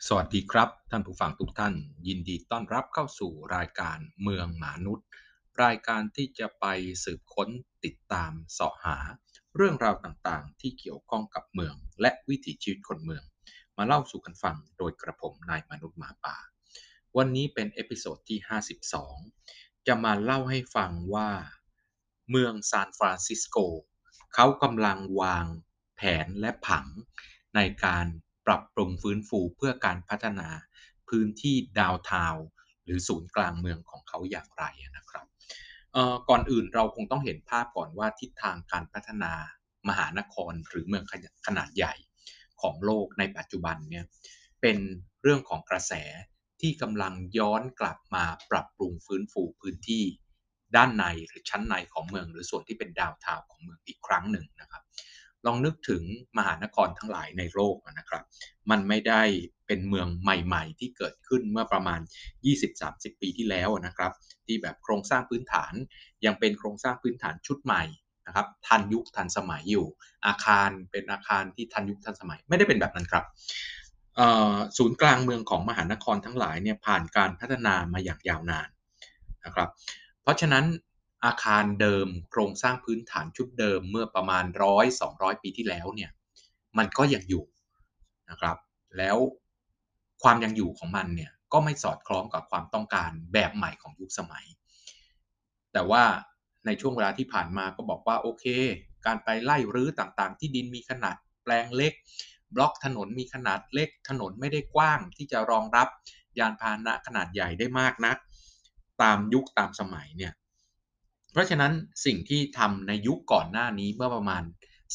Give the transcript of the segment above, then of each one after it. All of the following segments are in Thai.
สวัสดีครับท่านผู้ฟังทุกท่านยินดีต้อนรับเข้าสู่รายการเมืองมนุษย์รายการที่จะไปสืบค้นติดตามเสาะหาเรื่องราวต่างๆที่เกี่ยวข้องกับเมืองและวิถีชีวิตคนเมืองมาเล่าสู่กันฟังโดยกระผมนายมนุษย์หมาป่าวันนี้เป็นเอพิโซดที่52จะมาเล่าให้ฟังว่าเมืองซานฟรานซิสโกเขากำลังวางแผนและผัง ในการปรับปรุงฟื้นฟูเพื่อการพัฒนาพื้นที่ดาวน์ทาวน์หรือศูนย์กลางเมืองของเขาอย่างไรนะครับก่อนอื่นเราคงต้องเห็นภาพก่อนว่าทิศทางการพัฒนามหานครหรือเมืองขนาดใหญ่ของโลกในปัจจุบันเนี่ยเป็นเรื่องของกระแสที่กำลังย้อนกลับมาปรับปรุงฟื้นฟูพื้นที่ด้านในหรือชั้นในของเมืองหรือส่วนที่เป็นดาวน์ทาวน์ของเมืองอีกครั้งหนึ่งนะครับ ลองนึกถึงมหานครทั้งหลายในโลกนะครับมันไม่ได้เป็นเมืองใหม่ๆที่เกิดขึ้นเมื่อประมาณ20-30ปีที่แล้วนะครับที่แบบโครงสร้างพื้นฐานยังเป็นโครงสร้างพื้นฐานชุดใหม่นะครับทันยุคทันสมัยอยู่อาคารเป็นอาคารที่ทันยุคทันสมัยไม่ได้เป็นแบบนั้นครับศูนย์กลางเมืองของมหานครทั้งหลายเนี่ยผ่านการพัฒนามาอย่างยาวนานนะครับเพราะฉะนั้น อาคารเดิมโครงสร้างพื้นฐานชุดเดิมเมื่อประมาณ100-200ปีที่แล้วเนี่ยมันก็ยังอยู่นะครับแล้วความยังอยู่ของมันเนี่ยก็ไม่สอดคล้องกับความต้องการแบบใหม่ของยุคสมัยแต่ว่าในช่วงเวลาที่ผ่านมาก็บอกว่าโอเคการไปไล่รื้อต่างๆที่ดินมีขนาดแปลงเล็กบล็อกถนนมีขนาดเล็กถนนไม่ได้กว้างที่จะรองรับยานพาหนะขนาดใหญ่ได้มากนักตามยุคตามสมัยเนี่ย เพราะฉะนั้นสิ่งที่ทำในยุคก่อนหน้านี้เมื่อประมาณ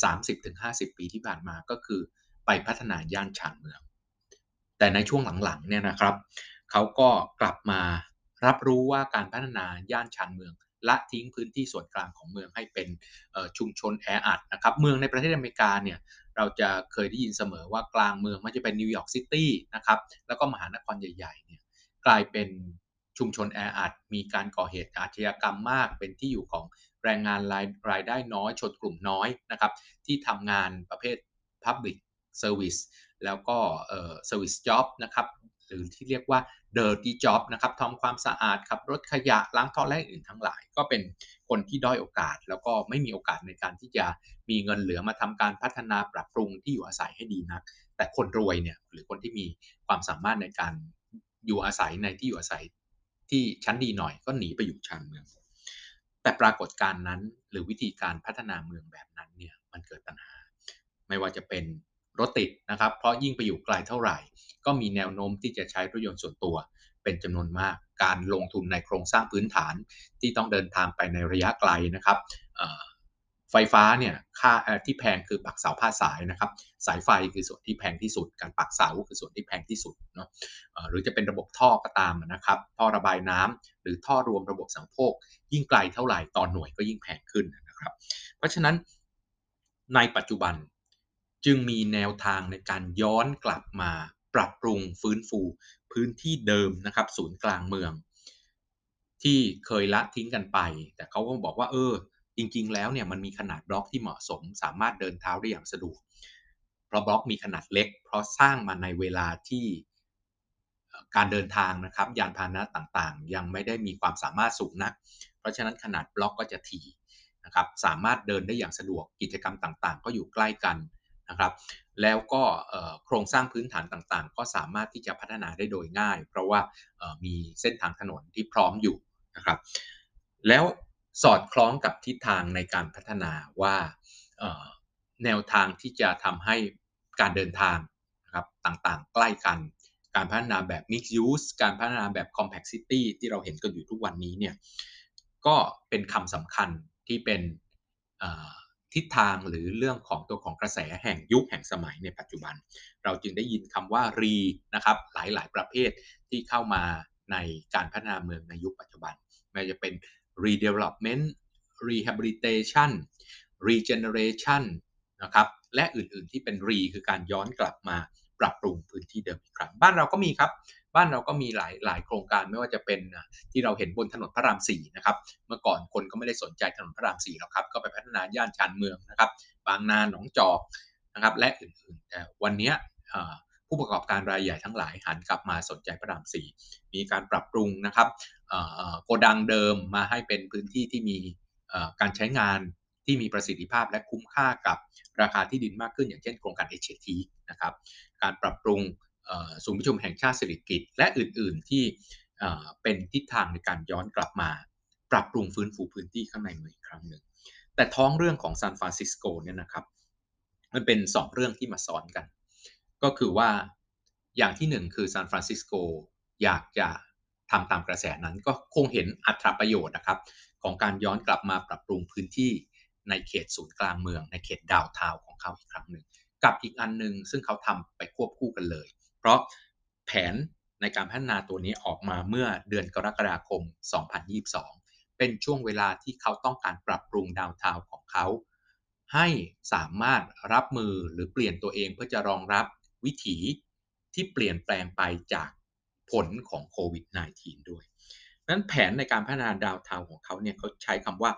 30-50ปีที่ผ่านมาก็คือไปพัฒนาย่านชานเมืองแต่ในช่วงหลังๆเนี่ยนะครับเขาก็กลับมารับรู้ว่าการพัฒนาย่านชานเมืองละทิ้งพื้นที่ส่วนกลางของเมืองให้เป็นชุมชนแออัดนะครับเมืองในประเทศอเมริกาเนี่ยเราจะเคยได้ยินเสมอว่ากลางเมืองไม่ว่าจะเป็นนิวยอร์กซิตี้นะครับแล้วก็มหานครใหญ่ๆเนี่ย กลายเป็นชุมชนแออัดมีการก่อเหตุอาชญากรรมมากเป็นที่อยู่ของแรงงานรายได้น้อยชนกลุ่มน้อยนะครับที่ทำงานประเภท Public Service แล้วก็Service Job นะครับหรือที่เรียกว่า Dirty Job นะครับทำความสะอาดขับรถขยะล้างท่อและอื่นทั้งหลายก็เป็นคนที่ด้อยโอกาสแล้วก็ไม่มีโอกาสในการที่จะมีเงินเหลือมาทำการพัฒนาปรับปรุงที่อยู่อาศัยให้ดีนักแต่คนรวยเนี่ยหรือคนที่มีความสามารถในการ อยู่อาศัยในที่อยู่อาศัยที่ชั้นดีหน่อยก็หนีไปอยู่ชานเมืองแต่ปรากฏการณ์นั้นหรือวิธีการพัฒนาเมืองแบบนั้นเนี่ยมันเกิดปัญหาไม่ว่าจะเป็นรถติดนะครับเพราะยิ่งไปอยู่ไกลเท่าไหร่ก็มีแนวโน้มที่จะใช้รถยนต์ส่วนตัวเป็นจำนวนมากการลงทุนในโครงสร้างพื้นฐานที่ต้องเดินทางไปในระยะไกลนะครับไฟฟ้าเนี่ยค่าที่แพงคือปักเสาพาดสายนะครับสายไฟคือส่วนที่แพงที่สุดการปักเสาคือส่วนที่แพงที่สุดเนาะ หรือจะเป็นระบบท่อก็ตามนะครับท่อระบายน้ำหรือท่อรวมระบบสัมโภคยิ่งไกลเท่าไหร่ต่อหน่วยก็ยิ่งแพงขึ้นนะครับเพราะฉะนั้นในปัจจุบันจึงมีแนวทางในการย้อนกลับมาปรับปรุงฟื้นฟูพื้นที่เดิมนะครับศูนย์กลางเมืองที่เคยละทิ้งกันไปแต่เขาก็บอกว่าจริงๆแล้วเนี่ยมันมีขนาดบล็อกที่เหมาะสมสามารถเดินเท้าได้อย่างสะดวกเพราะบล็อกมีขนาดเล็กเพราะสร้างมาในเวลาที่การเดินทางนะครับยานพาหนะต่างๆยังไม่ได้มีความสามารถสูงนักเพราะฉะนั้นขนาดบล็อกก็จะถี่นะครับสามารถเดินได้อย่างสะดวกกิจกรรมต่างๆก็อยู่ใกล้กันนะครับแล้วก็โครงสร้างพื้นฐานต่างๆก็สามารถที่จะพัฒนาได้โดยง่ายเพราะว่ามีเส้นทางถนนที่พร้อมอยู่นะครับแล้วสอดคล้องกับทิศทางในการพัฒนาว่าแนวทางที่จะทำให้การเดินทางนะครับต่างๆใกล้กันการพัฒนาแบบ Mixed Use การพัฒนาแบบ Compact City ที่เราเห็นกันอยู่ทุกวันนี้เนี่ยก็เป็นคำสำคัญที่เป็นทิศทางหรือเรื่องของตัวของกระแสแห่งยุคแห่งสมัยในปัจจุบันเราจึงได้ยินคำว่า นะครับหลายๆประเภทที่เข้ามาในการพัฒนาเมืองในยุคปัจจุบันไม่ว่าจะเป็น redevelopment rehabilitation regeneration นะครับและอื่นๆที่เป็น คือการย้อนกลับมาปรับปรุงพื้นที่เดิมอีกครั้งบ้านเราก็มีครับบ้านเราก็มีหลายโครงการไม่ว่าจะเป็นที่เราเห็นบนถนนพระราม4นะครับเมื่อก่อนคนก็ไม่ได้สนใจถนนพระราม4หรอกครับก็ไปพัฒนาย่านชานเมืองนะครับบางนาหนองจอกนะครับและอื่นๆแต่วันนี้ผู้ประกอบการรายใหญ่ทั้งหลายหันกลับมาสนใจพระราม4มีการปรับปรุงนะครับโกดังเดิมมาให้เป็นพื้นที่ที่มีการใช้งานที่มีประสิทธิภาพและคุ้มค่ากับราคาที่ดินมากขึ้นอย่างเช่นโครงการเอเชียทีนะครับการปรับปรุงศูนย์ประชุมแห่งชาติสิริกิติ์และอื่นๆที่เป็นทิศทางในการย้อนกลับมาปรับปรุงฟื้นฟูพื้นที่ข้างในเมืองอีกครั้งหนึ่งแต่ท้องเรื่องของซานฟรานซิสโกเนี่ยนะครับมันเป็น2เรื่องที่มาซ้อนกันก็คือว่าอย่างที่1คือซานฟรานซิสโกอยากจะทำตามกระแสนั้นก็คงเห็นอัตราประโยชน์นะครับของการย้อนกลับมาปรับปรุงพื้นที่ในเขตศูนย์กลางเมืองในเขตดาวน์ทาวน์ของเขาอีกครั้งหนึ่งกับอีกอันหนึ่งซึ่งเขาทำไปควบคู่กันเลยเพราะแผนในการพัฒนาตัวนี้ออกมาเมื่อเดือนกรกฎาคม 2022 เป็นช่วงเวลาที่เขาต้องการปรับปรุงดาวน์ทาวน์ของเขาให้สามารถรับมือหรือเปลี่ยนตัวเองเพื่อจะรองรับวิถีที่เปลี่ยนแปลงไปจากผลของโควิด -19 ด้วยนั้นแผนในการพัฒนาดาวน์ทาวน์ของเขาเนี่ยเขาใช้คำว่า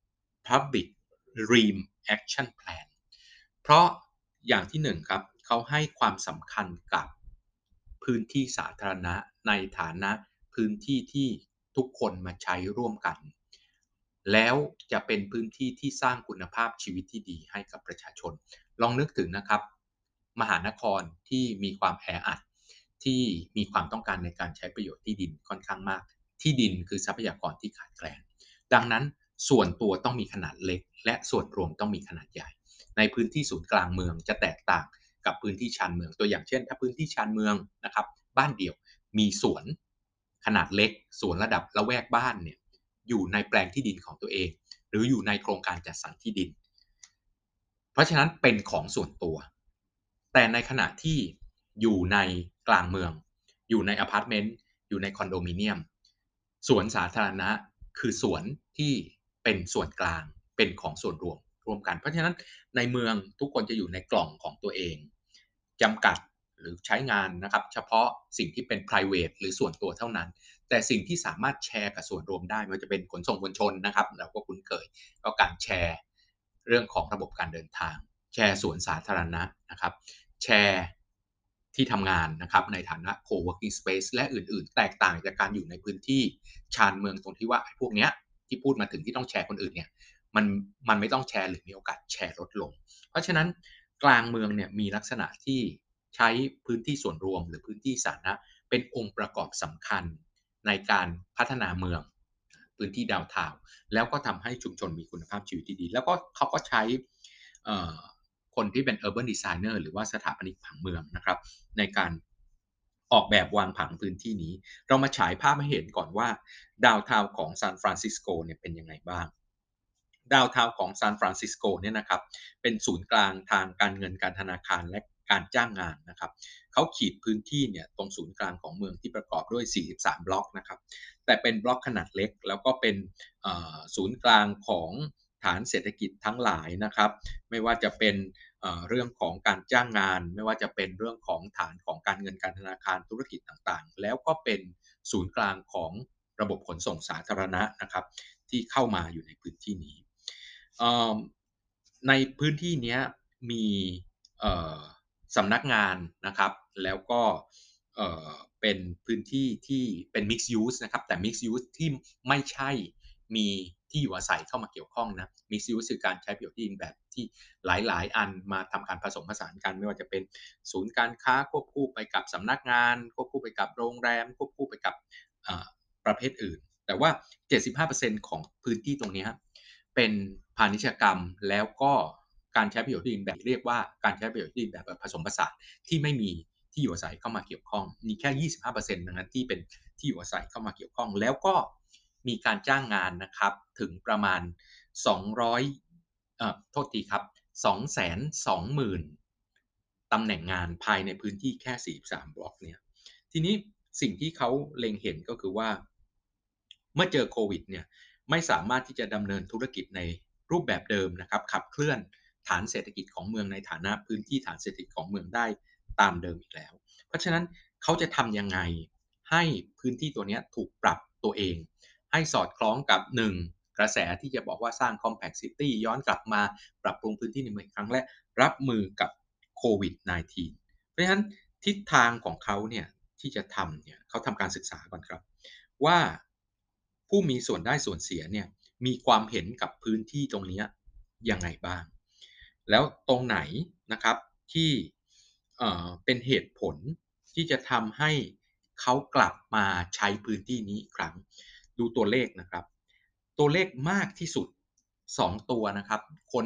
Public Dream Action Plan เพราะอย่างที่หนึ่งครับเขาให้ความสำคัญกับพื้นที่สาธารณะในฐานะพื้นที่ที่ทุกคนมาใช้ร่วมกันแล้วจะเป็นพื้นที่ที่สร้างคุณภาพชีวิตที่ดีให้กับประชาชนลองนึกถึงนะครับมหานครที่มีความแออัดที่มีความต้องการในการใช้ประโยชน์ที่ดินค่อนข้างมากที่ดินคือทรัพยากรที่ขาดแคลนดังนั้นส่วนตัวต้องมีขนาดเล็กและส่วนรวมต้องมีขนาดใหญ่ ในพื้นที่ศูนย์กลางเมืองจะแตกต่างกับพื้นที่ชานเมืองตัวอย่างเช่นถ้าพื้นที่ชานเมืองนะครับบ้านเดี่ยวมีสวนขนาดเล็กสวนระดับละแวกบ้านเนี่ยอยู่ในแปลงที่ดินของตัวเองหรืออยู่ในโครงการจัดสรรที่ดินเพราะฉะนั้นเป็นของส่วนตัวแต่ในขณะที่อยู่ในกลางเมืองอยู่ในอพาร์ตเมนต์อยู่ในคอนโดมิเนียมสวนสาธารณะคือสวนที่เป็นส่วนกลางเป็นของส่วนรวมร่วมกันเพราะฉะนั้นในเมืองทุกคนจะอยู่ในกล่องของตัวเองจำกัดหรือใช้งานนะครับเฉพาะสิ่งที่เป็น private หรือส่วนตัวเท่านั้นแต่สิ่งที่สามารถแชร์กับส่วนรวมได้ไม่ว่าจะเป็นขนส่งมวลชนนะครับเราก็คุ้นเคยก็การแชร์เรื่องของระบบการเดินทางแชร์สวนสาธารณะนะครับแชร์ที่ทำงานนะครับในฐานะ co-working space และอื่นๆแตกต่างจากการอยู่ในพื้นที่ชานเมืองตรงที่ว่าไอ้พวกเนี้ยที่พูดมาถึงที่ต้องแชร์คนอื่นเนี่ยมันมันไม่ต้องแชร์หรือมีโอกาสแชร์ลดลงเพราะฉะนั้นกลางเมืองเนี่ยมีลักษณะที่ใช้พื้นที่ส่วนรวมหรือพื้นที่สาธารณะเป็นองค์ประกอบสำคัญในการพัฒนาเมืองพื้นที่ดาวน์ทาวน์แล้วก็ทำให้ชุมชนมีคุณภาพชีวิตที่ดีแล้วก็เขาก็ใช้เอ่อคนที่เป็น Urban Designer หรือว่าสถาปนิกผังเมืองนะครับในการออกแบบวางผังพื้นที่นี้เรามาฉายภาพให้เห็นก่อนว่าดาวน์ทาวน์ของซานฟรานซิสโกเนี่ยเป็นยังไงบ้างดาวน์ทาวน์ของซานฟรานซิสโกเนี่ยนะครับเป็นศูนย์กลางทางการเงินการธนาคารและการจ้างงานนะครับเขาขีดพื้นที่เนี่ยตรงศูนย์กลางของเมืองที่ประกอบด้วย43บล็อกนะครับแต่เป็นบล็อกขนาดเล็กแล้วก็เป็นศูนย์กลางของฐานเศรษฐกิจทั้งหลายนะครับไม่ว่าจะเป็นเรื่องของการจ้างงานไม่ว่าจะเป็นเรื่องของฐานของการเงินการธนาคารธุรกิจต่างๆแล้วก็เป็นศูนย์กลางของระบบขนส่งสาธารณะนะครับที่เข้ามาอยู่ในพื้นที่นี้ในพื้นที่นี้มีเอ่อสำนักงานนะครับแล้วก็เป็นพื้นที่ที่เป็น Mixed Use นะครับแต่ Mixed Use ที่ไม่ใช่มีที่อยู่อาศัยเข้ามาเกี่ยวข้องนะ Mixed Use คือการใช้ประโยชน์ที่ดินแบบที่หลายๆอันมาทำการผสมผสานกันไม่ว่าจะเป็นศูนย์การค้าควบคู่ไปกับสำนักงานควบคู่ไปกับโรงแรมควบคู่ไปกับประเภทอื่นแต่ว่า75%ของพื้นที่ตรงนี้เป็นพาณิชยกรรมแล้วก็การใช้ประโยชน์ที่ดินแบบเรียกว่าการใช้ประโยชน์ที่ดินแบบผสมผสานที่ไม่มีที่อยู่อาศัยเข้ามาเกี่ยวข้องมีแค่25%นั้นที่เป็นที่อยู่อาศัยเข้ามาเกี่ยวข้องแล้วก็มีการจ้างงานนะครับถึงประมาณ200โทษทีครับ220,000ตำแหน่งงานภายในพื้นที่แค่43บล็อกเนี่ยทีนี้สิ่งที่เขาเล็งเห็นก็คือว่าเมื่อเจอโควิดเนี่ยไม่สามารถที่จะดำเนินธุรกิจในรูปแบบเดิมนะครับขับเคลื่อนฐานเศรษฐกิจของเมืองในฐานะพื้นที่ฐานเศรษฐกิจของเมืองได้ตามเดิมอีกแล้วเพราะฉะนั้นเขาจะทำยังไงให้พื้นที่ตัวนี้ถูกปรับตัวเองให้สอดคล้องกับ1กระแสที่จะบอกว่าสร้าง Compact City ย้อนกลับมาปรับปรุงพื้นที่ในเมืองอีกครั้งและรับมือกับโควิด -19 เพราะฉะนั้นทิศทางของเขาเนี่ยที่จะทำเนี่ยเขาทำการศึกษาก่อนครับว่าผู้มีส่วนได้ส่วนเสียเนี่ยมีความเห็นกับพื้นที่ตรงเนี้ยยังไงบ้างแล้วตรงไหนนะครับที่เป็นเหตุผลที่จะทำให้เขากลับมาใช้พื้นที่นี้อีกครั้งดูตัวเลขนะครับตัวเลขมากที่สุด2ตัวนะครับคน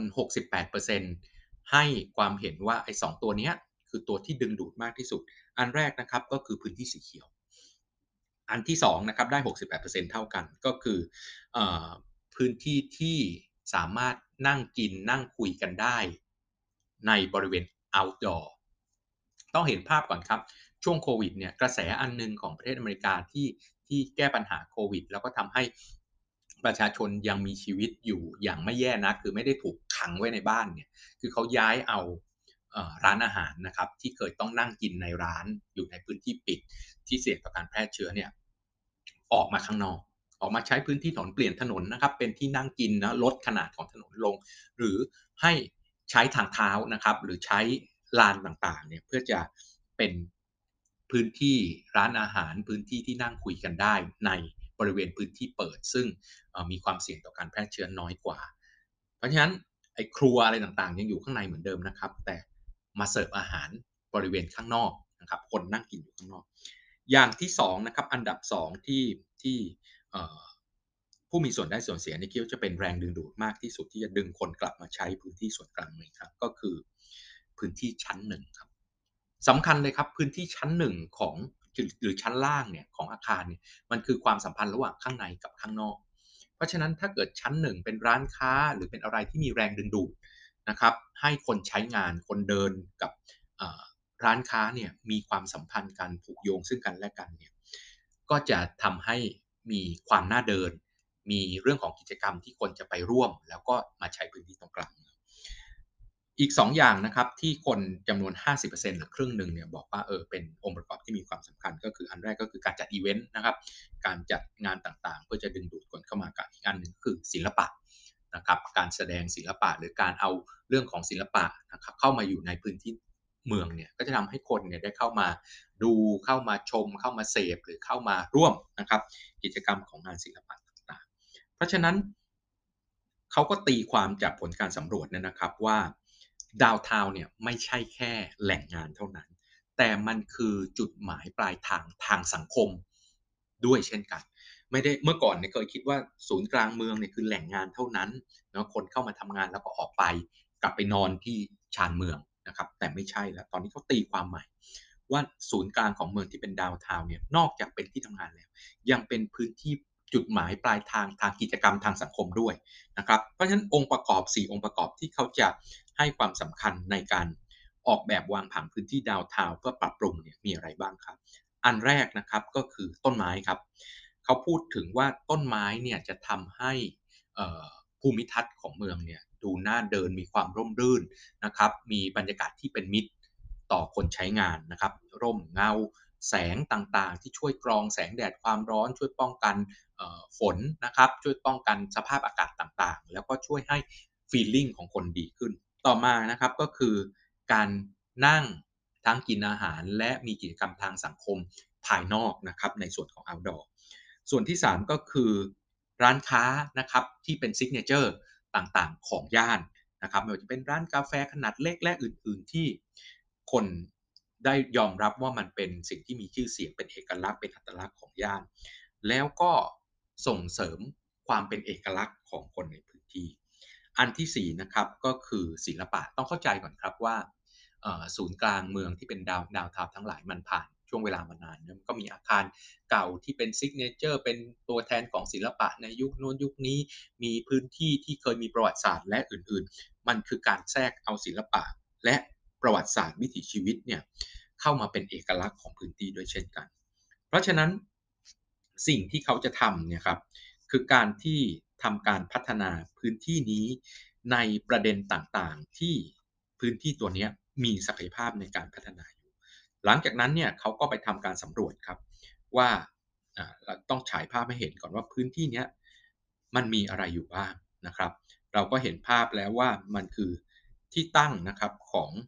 68%ให้ความเห็นว่าไอ้2ตัวเนี้ยคือตัวที่ดึงดูดมากที่สุด อันแรกนะครับก็คือพื้นที่สีเขียวอันที่2นะครับได้68%เท่ากันก็คือเออพื้นที่ที่สามารถนั่งกินนั่งคุยกันได้ในบริเวณ outdoor ต้องเห็นภาพก่อนครับช่วงโควิดเนี่ยกระแสอันหนึ่งของประเทศอเมริกาที่แก้ปัญหาโควิดแล้วก็ทำให้ประชาชนยังมีชีวิตอยู่อย่างไม่แย่นักคือไม่ได้ถูกขังไว้ในบ้านเนี่ยคือเขาย้ายเอาร้านอาหารนะครับที่เคยต้องนั่งกินในร้านอยู่ในพื้นที่ปิดที่เสี่ยงต่อการแพร่เชื้อเนี่ยออกมาข้างนอกออกมาใช้พื้นที่ถนนเปลี่ยนถนนนะครับเป็นที่นั่งกินนะลดขนาดของถนนลงหรือให้ใช้ทางเท้านะครับหรือใช้ลานต่างๆเนี่ยเพื่อจะเป็นพื้นที่ร้านอาหารพื้นที่ที่นั่งคุยกันได้ในบริเวณพื้นที่เปิดซึ่งมีความเสี่ยงต่อการแพร่เชื้อน้อยกว่าเพราะฉะนั้นไอ้ครัวอะไรต่างๆยังอยู่ข้างในเหมือนเดิมนะครับแต่มาเสิร์ฟอาหารบริเวณข้างนอกนะครับคนนั่งกินอยู่ข้างนอกอย่างที่2นะครับอันดับ2ที่ผู้มีส่วนได้ส่วนเสียในคิดว่าจะเป็นแรงดึงดูดมากที่สุดที่จะดึงคนกลับมาใช้พื้นที่ส่วนกลางเมืองครับก็คือพื้นที่ชั้น1ครับสำคัญเลยครับพื้นที่ชั้น1ของหรือชั้นล่างเนี่ยของอาคารเนี่ยมันคือความสัมพันธ์ระหว่างข้างในกับข้างนอกเพราะฉะนั้นถ้าเกิดชั้น1เป็นร้านค้าหรือเป็นอะไรที่มีแรงดึงดูดนะครับให้คนใช้งานคนเดินกับร้านค้าเนี่ยมีความสัมพันธ์กันผูกโยงซึ่งกันและกันเนี่ยก็จะทำให้มีความน่าเดิน มีเรื่องของกิจกรรมที่คนจะไปร่วมแล้วก็มาใช้พื้นที่ตรงกลางอีก2อย่างนะครับที่คนจำนวน50%หรือครึ่งหนึ่งเนี่ยบอกว่าเป็นองค์ประกอบที่มีความสำคัญก็คืออันแรกก็คือการจัดอีเวนต์นะครับการจัดงานต่างๆเพื่อจะดึงดูดคนเข้ามากับอีกอันหนึ่งคือศิลปะนะครับการแสดงศิลปะหรือการเอาเรื่องของศิลปะนะครับเข้ามาอยู่ในพื้นที่เมืองเนี่ยก็จะทำให้คนเนี่ยได้เข้ามาดูเข้ามาชมเข้ามาเสพหรือเข้ามาร่วมนะครับกิจกรรมของงานศิลปะต่างๆ เพราะฉะนั้นเขาก็ตีความจากผลการสำรวจเนี่ยนะครับว่าดาวน์ทาวน์เนี่ยไม่ใช่แค่แหล่งงานเท่านั้นแต่มันคือจุดหมายปลายทางทางสังคมด้วยเช่นกันไม่ได้เมื่อก่อนเนี่ยเคยคิดว่าศูนย์กลางเมืองเนี่ยคือแหล่งงานเท่านั้นเนาะคนเข้ามาทำงานแล้วก็ออกไปกลับไปนอนที่ชานเมืองนะครับแต่ไม่ใช่แล้วตอนนี้เขาตีความใหม่ว่าศูนย์กลางของเมืองที่เป็นดาวน์ทาวน์เนี่ยนอกจากเป็นที่ทำงานแล้วยังเป็นพื้นที่จุดหมายปลายทางทางกิจกรรมทางสังคมด้วย นะครับเพราะฉะนั้นองค์ประกอบ4องค์ประกอบที่เขาจะให้ความสำคัญในการออกแบบวางผังพื้นที่ดาวน์ทาวน์เพื่อปรับปรุงเนี่ยมีอะไรบ้างครับอันแรกนะครับก็คือต้นไม้ครับเขาพูดถึงว่าต้นไม้เนี่ยจะทำให้เอ่อภูมิทัศน์ของเมืองเนี่ยดูน่าเดินมีความร่มรื่นนะครับมีบรรยากาศที่เป็นมิตรต่อคนใช้งานนะครับร่มเงาแสงต่างๆที่ช่วยกรองแสงแดดความร้อนช่วยป้องกัน ฝนนะครับช่วยป้องกันสภาพอากาศต่างๆแล้วก็ช่วยให้ฟีลลิ่งของคนดีขึ้นต่อมานะครับก็คือการนั่งทั้งกินอาหารและมีกิจกรรมทางสังคมภายนอกนะครับในส่วนของ outdoor ส่วนที่3ก็คือร้านค้านะครับที่เป็นซิกเนเจอร์ต่างๆของย่านนะครับไม่ว่าจะเป็นร้านกาแฟขนาดเล็กและอื่นๆที่คนได้ยอมรับว่ามันเป็นสิ่งที่มีชื่อเสียงเป็นเอกลักษณ์เป็นอัตลักษณ์ของย่าน แล้วก็ส่งเสริมความเป็นเอกลักษณ์ของคนในพื้นที่ อันที่4นะครับก็คือศิลปะต้องเข้าใจก่อนครับว่าศูนย์กลางเมืองที่เป็นดาวทาวทั้งหลายมันผ่านช่วงเวลามานานนะมันก็มีอาคารเก่าที่เป็นซิกเนเจอร์เป็นตัวแทนของศิลปะในยุคโน้นยุคนี้มีพื้นที่ที่เคยมีประวัติศาสตร์และอื่นๆมันคือการแทรกเอาศิลปะและประวัติศาสตร์วิถีชีวิตเนี่ยเข้ามาเป็นเอกลักษณ์ของพื้นที่ด้วยเช่นกัน เพราะฉะนั้นสิ่งที่เขาจะทำเนี่ยครับคือการที่ทำการพัฒนาพื้นที่นี้ในประเด็นต่างๆที่พื้นที่ตัวนี้มีศักยภาพในการพัฒนาอยู่หลังจากนั้นเนี่ยเขาก็ไปทำการสำรวจครับว่าเราต้องฉายภาพให้เห็นก่อนว่าพื้นที่เนี้ยมันมีอะไรอยู่บ้างนะครับเราก็เห็นภาพแล้วว่ามันคือที่ตั้งนะครับของ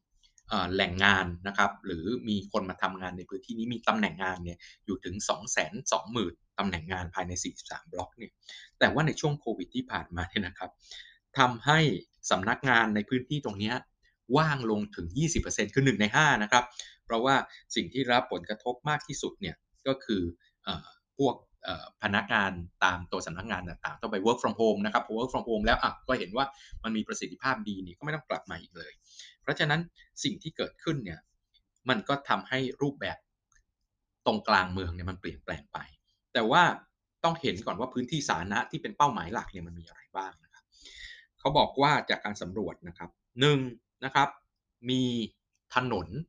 แหล่งงานนะครับหรือมีคนมาทำงานในพื้นที่นี้มีตำแหน่งงานเนี่ยอยู่ถึง220,000ตำแหน่งงานภายใน43บล็อกเนี่ยแต่ว่าในช่วงโควิดที่ผ่านมาเนี่ยนะครับทำให้สำนักงานในพื้นที่ตรงนี้ว่างลงถึง20%คือ1ใน5นะครับเพราะว่าสิ่งที่รับผลกระทบมากที่สุดเนี่ยก็คือเอ่อพวกพนักงานตามตัวสำนักงานต่างๆต้องไป work from home นะครับพอ work from home แล้วก็เห็นว่ามันมีประสิทธิภาพดีนี่ก็ไม่ต้องกลับมาอีกเลยเพราะฉะนั้นสิ่งที่เกิดขึ้นเนี่ยมันก็ทำให้รูปแบบตรงกลางเมืองเนี่ยมันเปลี่ยนแปลงไปแต่ว่าต้องเห็นก่อนว่าพื้นที่สาธารณะที่เป็นเป้าหมายหลักเนี่ยมันมีอะไรบ้างนะครับเขาบอกว่าจากการสำรวจนะครับ1นะครับมีถนน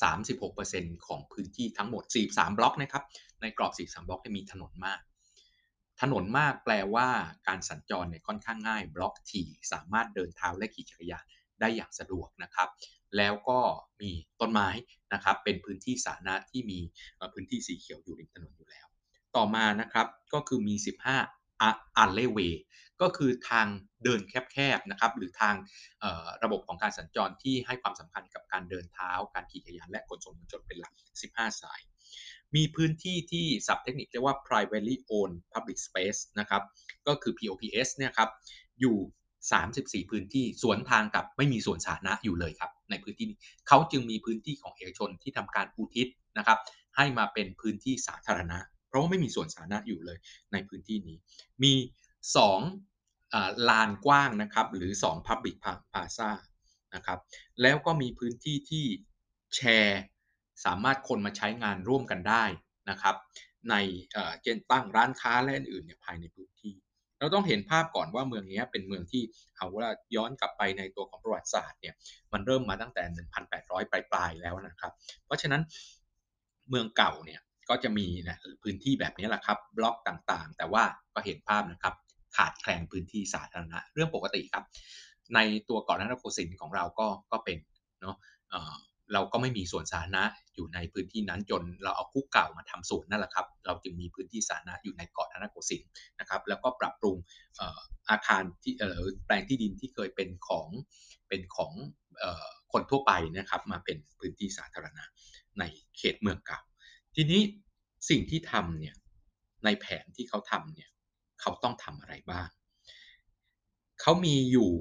36%ของพื้นที่ทั้งหมด43บล็อกนะครับในกรอบ43บล็อกมีถนนมากถนนมากแปลว่าการสัญจรเนี่ยค่อนข้างง่ายบล็อกถี่สามารถเดินเท้าและขี่จักรยานได้อย่างสะดวกนะครับแล้วก็มีต้นไม้นะครับเป็นพื้นที่สาธารณะที่มีพื้นที่สีเขียวอยู่ริมถนนอยู่แล้วต่อมานะครับก็คือมี15อัลเลเวย์ก็คือทางเดินแคบๆนะครับหรือทางระบบของการสัญจรที่ให้ความสำคัญกับการเดินเท้าการขี่จักรยานและขนส่งมวลชนเป็นหลัก15สายมีพื้นที่ที่ศัพท์เทคนิคเรียกว่า privately owned public space นะครับก็คือ POPS เนี่ยครับอยู่34พื้นที่สวนทางกับไม่มีสวนสาธารณะอยู่เลยครับในพื้นที่นี้เขาจึงมีพื้นที่ของเอกชนที่ทำการอุทิศนะครับให้มาเป็นพื้นที่สาธารณะเพราะว่าไม่มีสวนสาธารณะอยู่เลยในพื้นที่นี้มี2ลานกว้างนะครับหรือ2 Public Plaza นะครับแล้วก็มีพื้นที่ที่แชร์สามารถคนมาใช้งานร่วมกันได้นะครับในเช่นตั้งร้านค้าและอื่นๆเนี่ยภายในพื้นที่เราต้องเห็นภาพก่อนว่าเมืองนี้เป็นเมืองที่เอาว่าย้อนกลับไปในตัวของประวัติศาสตร์เนี่ยมันเริ่มมาตั้งแต่1,800ปลายๆแล้วนะครับเพราะฉะนั้นเมืองเก่าเนี่ยก็จะมีนะพื้นที่แบบนี้แหละครับบล็อกต่างๆแต่ว่าก็เห็นภาพนะครับขาดแคลนพื้นที่สาธารณะเรื่องปกติครับในตัวเกาะรัตนโกสินทร์ของเราก็เป็นเนาะ เราก็ไม่มีสวนสาธารณะอยู่ในพื้นที่นั้นจนเราเอาคุกเก่ามาทำสวนนั่นแหละครับเราจึงมีพื้นที่สาธารณะอยู่ในเกาะรัตนโกสินทร์นะครับแล้วก็ปรับปรุงอาคารที่แปลงที่ดินที่เคยเป็นของคนทั่วไปนะครับมาเป็นพื้นที่สาธารณะในเขตเมืองเก่าทีนี้สิ่งที่ทำเนี่ยในแผนที่เขาทำเนี่ยเขาต้องทำอะไรบ้างเขามีอยู่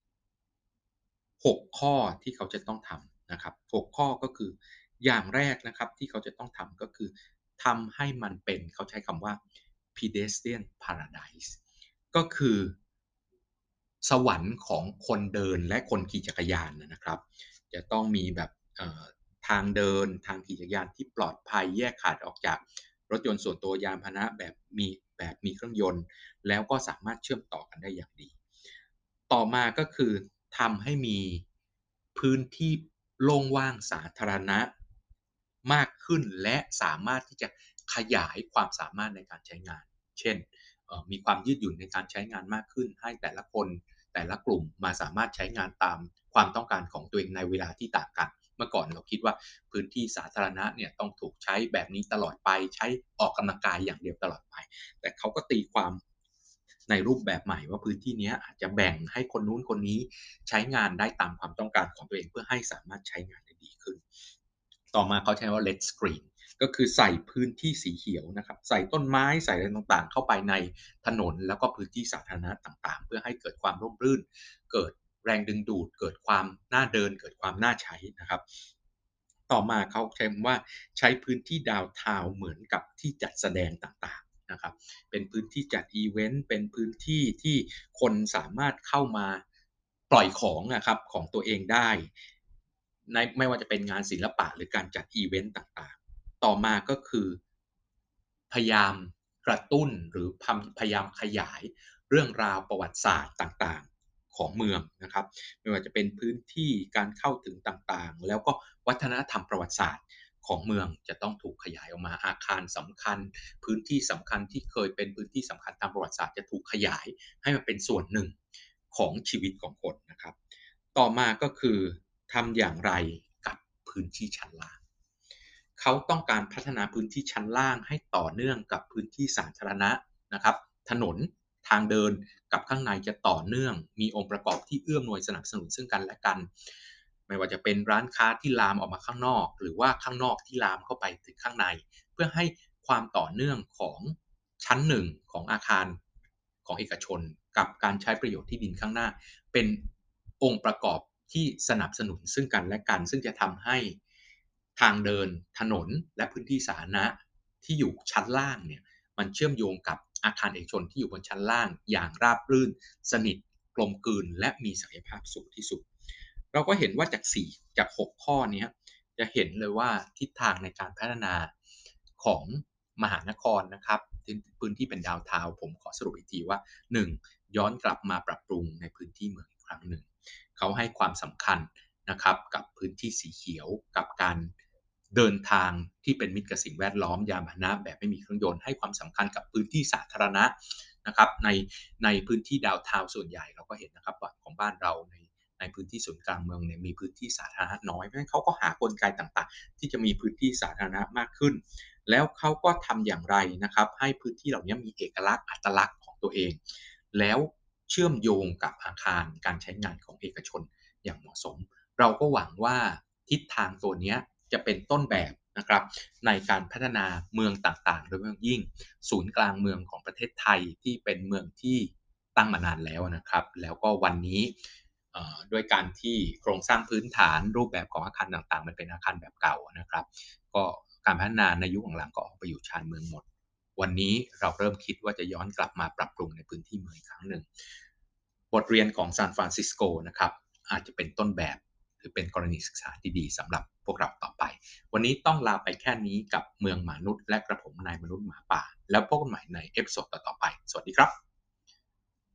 6ข้อที่เขาจะต้องทำนะครับ6ข้อก็คืออย่างแรกนะครับที่เขาจะต้องทำก็คือทำให้มันเป็นเขาใช้คำว่า pedestrian paradise ก็คือสวรรค์ของคนเดินและคนขี่จักรยานนะครับจะต้องมีแบบทางเดินทางขี่จักรยานที่ปลอดภัยแยกขาดออกจากรถยนต์ส่วนตัวยานพาหนะแบบมีเครื่องยนต์แล้วก็สามารถเชื่อมต่อกันได้อย่างดี ต่อมาก็คือทำให้มีพื้นที่โล่งว่างสาธารณะมากขึ้นและสามารถที่จะขยายความสามารถในการใช้งานเช่นมีความยืดหยุ่นในการใช้งานมากขึ้นให้แต่ละคนแต่ละกลุ่มมาสามารถใช้งานตามความต้องการของตัวเองในเวลาที่ต่างกันเมื่อก่อนเราคิดว่าพื้นที่สาธารณะเนี่ยต้องถูกใช้แบบนี้ตลอดไปใช้ออกกำลังกายอย่างเดียวตลอดไปแต่เขาก็ตีความในรูปแบบใหม่ว่าพื้นที่นี้อาจจะแบ่งให้คนนู้นคนนี้ใช้งานได้ตามความต้องการของตัวเองเพื่อให้สามารถใช้งานได้ดีขึ้นต่อมาเขาใช้ว่า LED screen ก็คือใส่พื้นที่สีเขียวนะครับใส่ต้นไม้ใส่อะไรต่างๆเข้าไปในถนนแล้วก็พื้นที่สาธารณะต่างๆเพื่อให้เกิดความร่มรื่นเกิดแรงดึงดูดเกิดความน่าเดินเกิดความน่าใช้นะครับต่อมาเขาใช้คำว่าใช้พื้นที่ดาวน์ทาวน์เหมือนกับที่จัดแสดงต่างๆนะครับเป็นพื้นที่จัดอีเวนต์เป็นพื้นที่ที่คนสามารถเข้ามาปล่อยของนะครับของตัวเองได้ในไม่ว่าจะเป็นงานศิลปะหรือการจัดอีเวนต์ต่างๆต่อมาก็คือ พยายามกระตุ้นหรือพยายามขยายเรื่องราวประวัติศาสตร์ต่างๆของเมืองนะครับไม่ว่าจะเป็นพื้นที่การเข้าถึงต่างๆแล้วก็วัฒนธรรมประวัติศาสตร์ของเมืองจะต้องถูกขยายออกมาอาคารสำคัญพื้นที่สำคัญที่เคยเป็นพื้นที่สำคัญทางประวัติศาสตร์จะถูกขยายให้มันเป็นส่วนหนึ่งของชีวิตของคนนะครับต่อมาก็คือทำอย่างไรกับพื้นที่ชั้นล่าง เขาต้องการพัฒนาพื้นที่ชั้นล่างให้ต่อเนื่องกับพื้นที่สาธารณะนะครับถนนทางเดินกับข้างในจะต่อเนื่องมีองค์ประกอบที่เอื้อมหน่วยสนับสนุนซึ่งกันและกันไม่ว่าจะเป็นร้านค้าที่ลามออกมาข้างนอกหรือว่าข้างนอกที่ลามเข้าไปถึงข้างในเพื่อให้ความต่อเนื่องของชั้นหนึ่งของอาคารของเอกชนกับการใช้ประโยชน์ที่ดินข้างหน้าเป็นองค์ประกอบที่สนับสนุนซึ่งกันและกันซึ่งจะทำให้ทางเดินถนนและพื้นที่สาธารณะที่อยู่ชั้นล่างเนี่ยมันเชื่อมโยงกับอาคารเอกชนที่อยู่บนชั้นล่างอย่างราบรื่นสนิทกลมกลืนและมีศักยภาพสูงที่สุดเราก็เห็นว่าจาก6ข้อนี้จะเห็นเลยว่าทิศทางในการพัฒนาของมหานครนะครับพื้นที่เป็นดาวน์ทาวน์ผมขอสรุปอีกทีว่า1ย้อนกลับมาปรับปรุงในพื้นที่เมืองอีกครั้งหนึ่งเขาให้ความสำคัญนะครับกับพื้นที่สีเขียวกับการเดินทางที่เป็นมิตรกับสิ่งแวดล้อมยานพาหนะแบบไม่มีเครื่องยนต์ให้ความสำคัญกับพื้นที่สาธารณะนะครับในพื้นที่ดาวน์ทาวน์ส่วนใหญ่เราก็เห็นนะครับว่าของบ้านเราในพื้นที่ศูนย์กลางเมืองเนี่ยมีพื้นที่สาธารณะน้อยเพราะฉะนั้นเขาก็หากลไกต่างๆที่จะมีพื้นที่สาธารณะมากขึ้นแล้วเขาก็ทำอย่างไรนะครับให้พื้นที่เหล่านี้มีเอกลักษณ์อัตลักษณ์ของตัวเองแล้วเชื่อมโยงกับอาคารการใช้งานของเอกชนอย่างเหมาะสมเราก็หวังว่าทิศทางตัวนี้จะเป็นต้นแบบนะครับในการพัฒนาเมืองต่างๆโดยเฉพาะยิ่งศูนย์กลางเมืองของประเทศไทยที่เป็นเมืองที่ตั้งมานานแล้วนะครับแล้วก็วันนี้ด้วยการที่โครงสร้างพื้นฐานรูปแบบของอาคารต่างๆมันเป็นอาคารแบบเก่านะครับก็การพัฒนาในยุคหลังๆก็ออกไปอยู่ชานเมืองหมดวันนี้เราเริ่มคิดว่าจะย้อนกลับมาปรับปรุงในพื้นที่เมืองอีกครั้งหนึ่งบทเรียนของซานฟรานซิสโกนะครับอาจจะเป็นต้นแบบหรือเป็นกรณีศึกษาที่ดีสำหรับพวกเราต่อไปวันนี้ต้องลาไปแค่นี้กับเมืองมนุษย์และกระผมนายมนุษย์หมาป่าแล้วพบกันใหม่ในเอพิโซดต่อๆไปสวัสดีครับ